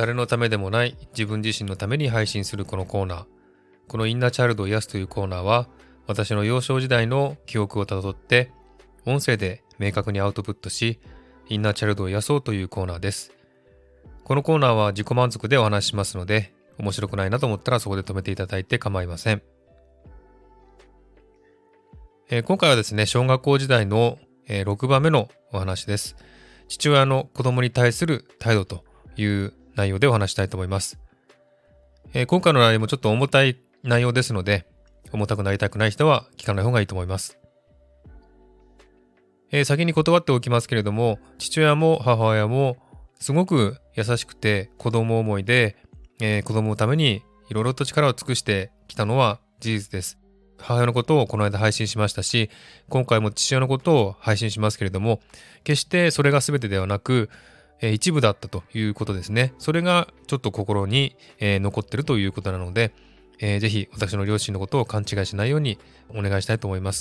誰のためでもない自分自身のために配信するこのコーナー。このインナーチャイルドを癒すというコーナーは、私の幼少時代の記憶をたどって、音声で明確にアウトプットし、インナーチャイルドを癒そうというコーナーです。このコーナーは自己満足でお話ししますので、面白くないなと思ったらそこで止めていただいて構いません。今回はですね、小学校時代の6番目のお話です。父親の子供に対する態度という内容でお話したいと思います。今回の内容もちょっと重たい内容ですので、重たくなりたくない人は聞かない方がいいと思います。先に断っておきますけれども、父親も母親もすごく優しくて子供思いで、子供のためにいろいろと力を尽くしてきたのは事実です。母親のことをこの間配信しましたし、今回も父親のことを配信しますけれども、決してそれが全てではなく、一部だったということですね。それがちょっと心に、残っているということなので、ぜひ私の両親のことを勘違いしないようにお願いしたいと思います。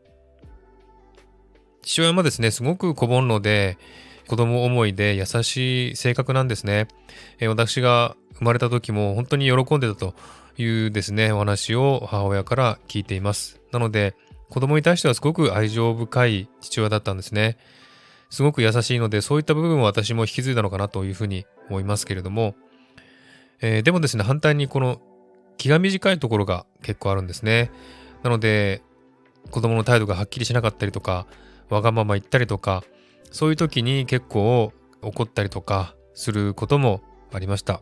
父親もですね、すごく子煩悩で、子供思いで優しい性格なんですね。私が生まれた時も本当に喜んでたというですね、お話を母親から聞いています。なので、子供に対してはすごく愛情深い父親だったんですね。すごく優しいので、そういった部分を私も引き継いだのかなというふうに思いますけれども、でもですね、反対にこの気が短いところが結構あるんですね。なので、子供の態度がはっきりしなかったりとか、わがまま言ったりとか、そういう時に結構怒ったりとかすることもありました。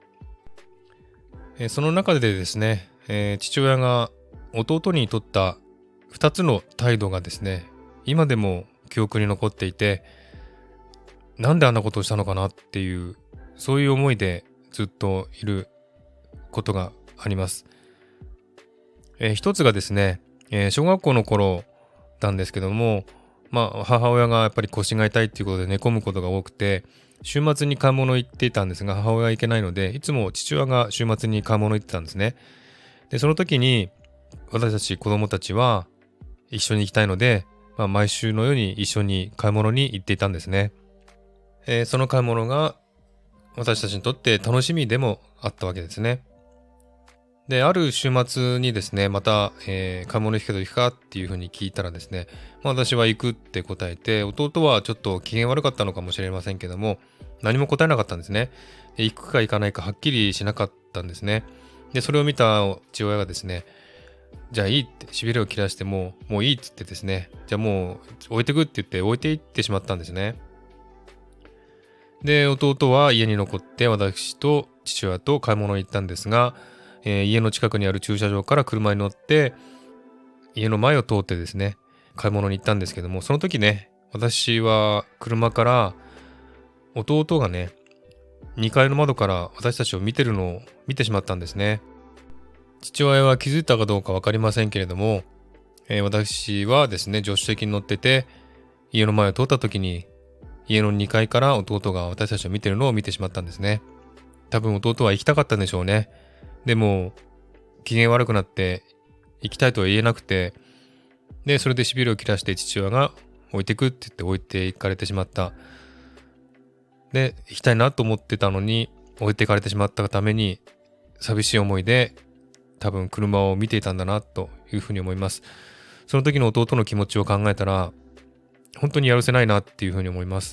その中でですね、父親が弟にとった2つの態度がですね、今でも記憶に残っていて、なんであんなことをしたのかなっていう、そういう思いでずっといることがあります。一つがですね、小学校の頃なんですけども、母親がやっぱり腰が痛いっていうことで寝込むことが多くて、週末に買い物行っていたんですが、母親は行けないので、いつも父親が週末に買い物行ってたんですね。で、その時に私たち子供たちは一緒に行きたいので、毎週のように一緒に買い物に行っていたんですね。その買い物が私たちにとって楽しみでもあったわけですね。で、ある週末にですね、また、買い物行くけど行くかっていうふうに聞いたらですね、私は行くって答えて、弟はちょっと機嫌悪かったのかもしれませんけども、何も答えなかったんですね。で、行くか行かないかはっきりしなかったんですね。で、それを見た父親がですね、じゃあいいって痺れを切らしてもういいって言ってですね、じゃあもう置いてくって言って置いていってしまったんですね。で、弟は家に残って私と父親と買い物に行ったんですが、家の近くにある駐車場から車に乗って家の前を通ってですね、買い物に行ったんですけども、その時ね、私は車から弟がね、2階の窓から私たちを見てるのを見てしまったんですね。父親は気づいたかどうか分かりませんけれども、私はですね、助手席に乗ってて、家の前を通った時に、家の2階から弟が私たちを見てるのを見てしまったんですね。多分弟は行きたかったんでしょうね。でも、機嫌悪くなって、行きたいとは言えなくて、で、それで痺れを切らして父親が置いてくって言って置いていかれてしまった。で、行きたいなと思ってたのに、置いていかれてしまったために、寂しい思いで、多分車を見ていたんだなというふうに思います。その時の弟の気持ちを考えたら、本当にやるせないなっていうふうに思います。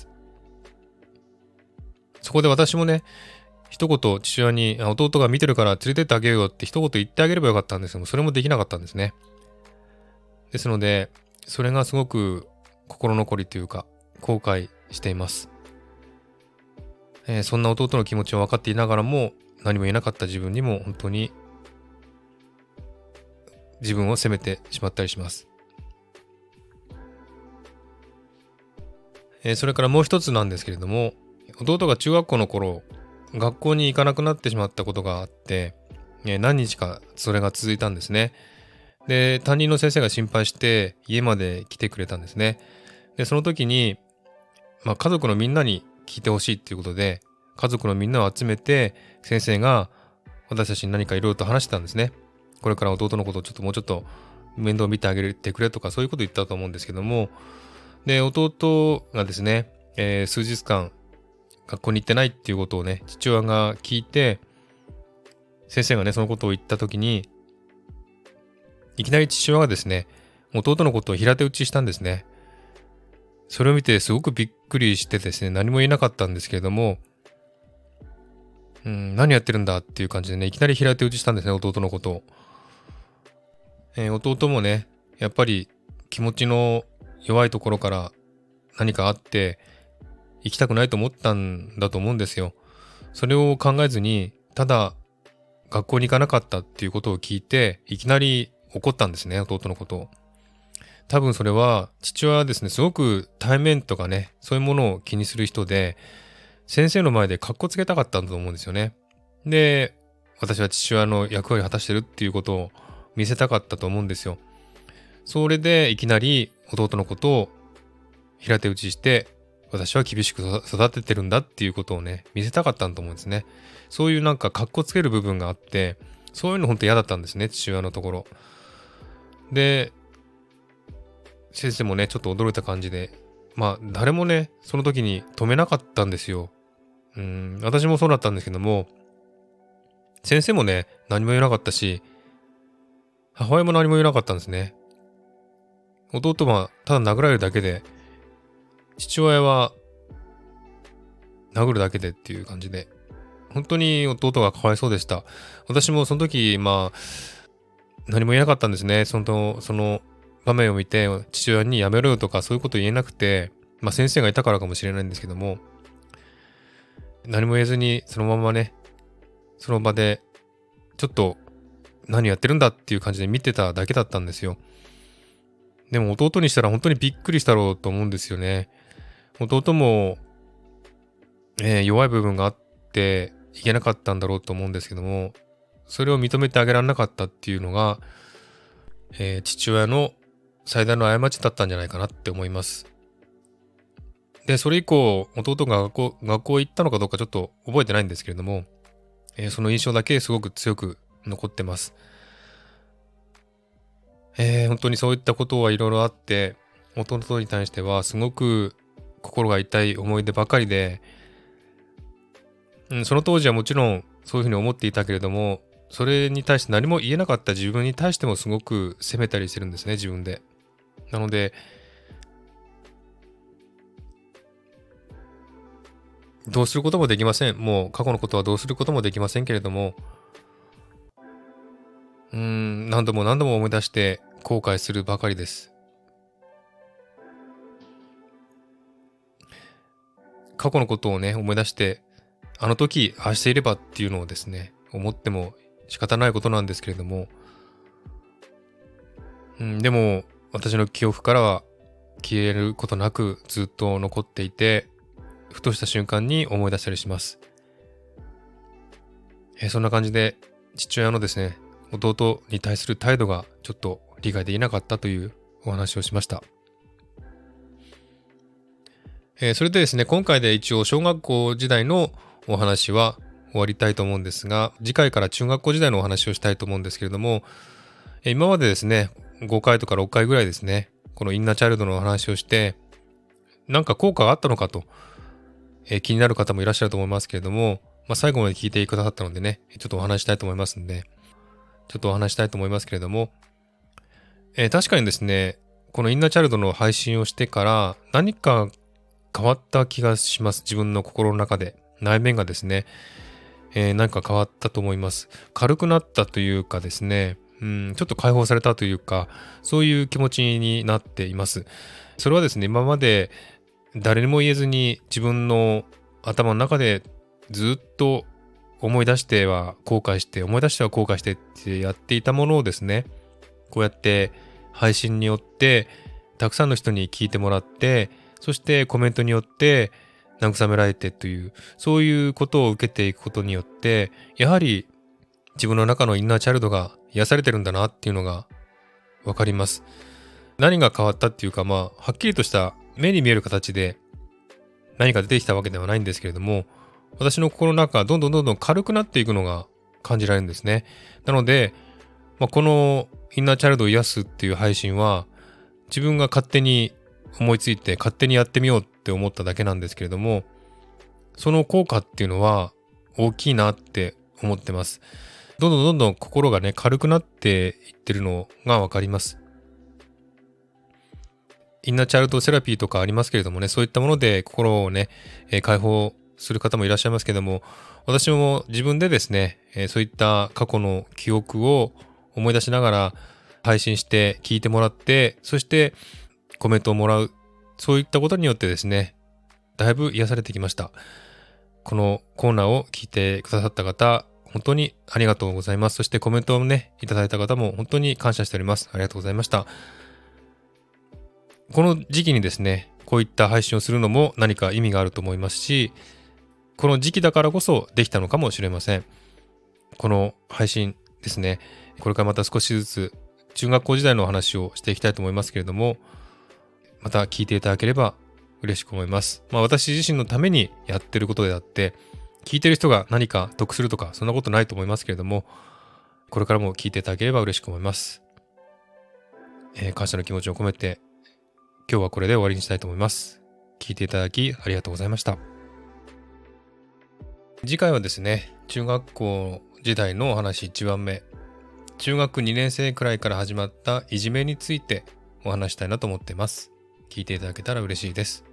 そこで私もね、一言父親に弟が見てるから連れてってあげようよって一言言ってあげればよかったんですけど、それもできなかったんですね。ですので、それがすごく心残りというか、後悔しています。そんな弟の気持ちを分かっていながらも、何も言えなかった自分にも本当に自分を責めてしまったりします。それからもう一つなんですけれども、弟が中学校の頃、学校に行かなくなってしまったことがあって、何日かそれが続いたんですね。で、担任の先生が心配して家まで来てくれたんですね。で、その時に、家族のみんなに聞いてほしいっていうことで、家族のみんなを集めて、先生が私たちに何かいろいろと話してたんですね。これから弟のことをもうちょっと面倒見てあげてくれとか、そういうこと言ったと思うんですけども、で、弟がですね、数日間学校に行ってないっていうことをね、父親が聞いて、先生がね、そのことを言った時に、いきなり父親がですね、弟のことを平手打ちしたんですね。それを見てすごくびっくりしてですね、何も言えなかったんですけれども、何やってるんだっていう感じでね、いきなり平手打ちしたんですね、弟のことを。弟もね、やっぱり気持ちの弱いところから何かあって、行きたくないと思ったんだと思うんですよ。それを考えずに、ただ学校に行かなかったっていうことを聞いて、いきなり怒ったんですね、弟のことを。多分それは、父親はですね、すごく対面とかね、そういうものを気にする人で、先生の前でカッコつけたかったんだと思うんですよね。で、私は父親の役割を果たしてるっていうことを見せたかったと思うんですよ。それでいきなり弟のことを平手打ちして、私は厳しく育ててるんだっていうことをね、見せたかったんだと思うんですね。そういうなんかカッコつける部分があって、そういうの本当嫌だったんですね、父親のところ。で、先生もね、ちょっと驚いた感じで、誰もね、その時に止めなかったんですよ。私もそうだったんですけども、先生もね、何も言えなかったし、母親も何も言えなかったんですね。弟はただ殴られるだけで、父親は殴るだけでっていう感じで、本当に弟がかわいそうでした。私もその時、何も言えなかったんですね。その場面を見て、父親にやめろよとかそういうこと言えなくて、先生がいたからかもしれないんですけども、何も言えずにそのままね、その場で、ちょっと何やってるんだっていう感じで見てただけだったんですよ。でも弟にしたら本当にびっくりしたろうと思うんですよね。弟も、弱い部分があっていけなかったんだろうと思うんですけども、それを認めてあげられなかったっていうのが、父親の最大の過ちだったんじゃないかなって思います。で、それ以降、弟が学校行ったのかどうかちょっと覚えてないんですけれども、その印象だけすごく強く残ってます。本当にそういったことはいろいろあって、弟に対してはすごく心が痛い思い出ばかりで、その当時はもちろんそういうふうに思っていたけれども、それに対して何も言えなかった自分に対してもすごく責めたりしてるんですね、自分で。なので、どうすることもできません。もう過去のことはどうすることもできませんけれども、何度も何度も思い出して後悔するばかりです。過去のことをね、思い出して、あの時、ああしていればっていうのをですね、思っても仕方ないことなんですけれども、でも、私の記憶からは消えることなくずっと残っていて、ふとした瞬間に思い出したりします。そんな感じで、父親のですね、弟に対する態度がちょっと理解できなかったというお話をしました。それでですね、今回で一応小学校時代のお話は終わりたいと思うんですが、次回から中学校時代のお話をしたいと思うんですけれども、今までですね、5回とか6回ぐらいですね、このインナーチャイルドのお話をして、なんか効果があったのかと、気になる方もいらっしゃると思いますけれども、最後まで聞いてくださったのでね、ちょっとお話したいと思いますんで、ちょっとお話したいと思いますけれども、確かにですね、このインナーチャイルドの配信をしてから何か変わった気がします。自分の心の中で。内面がですね、何か変わったと思います。軽くなったというかですね、ちょっと解放されたというか、そういう気持ちになっています。それはですね、今まで誰にも言えずに自分の頭の中でずっと思い出しては後悔して、思い出しては後悔してってやっていたものをですね、こうやって配信によってたくさんの人に聞いてもらって、そしてコメントによって慰められてという、そういうことを受けていくことによって、やはり自分の中のインナーチャイルドが癒されてるんだなっていうのがわかります。何が変わったっていうか、はっきりとした目に見える形で何か出てきたわけではないんですけれども、私の心の中がどんどん軽くなっていくのが感じられるんですね。なので、このインナーチャイルドを癒すっていう配信は、自分が勝手に思いついて勝手にやってみようって思っただけなんですけれども、 その効果っていうのは大きいなって思ってます。どんどん心がね、軽くなっていってるのがわかります。インナーチャイルドセラピーとかありますけれどもね、そういったもので心をね、解放する方もいらっしゃいますけども、私も自分でですね、そういった過去の記憶を思い出しながら配信して聞いてもらって、そしてコメントをもらう。そういったことによってですね、だいぶ癒されてきました。このコーナーを聞いてくださった方、本当にありがとうございます。そしてコメントをね、いただいた方も本当に感謝しております。ありがとうございました。この時期にですね、こういった配信をするのも何か意味があると思いますし、この時期だからこそできたのかもしれません。この配信ですね、これからまた少しずつ中学校時代のお話をしていきたいと思いますけれども、また聞いていただければ嬉しく思います。私自身のためにやってることであって、聞いてる人が何か得するとかそんなことないと思いますけれども、これからも聞いていただければ嬉しく思います。感謝の気持ちを込めて今日はこれで終わりにしたいと思います。聞いていただきありがとうございました。次回はですね、中学校時代のお話1番目、中学2年生くらいから始まったいじめについてお話したいなと思っています。聞いていただけたら嬉しいです。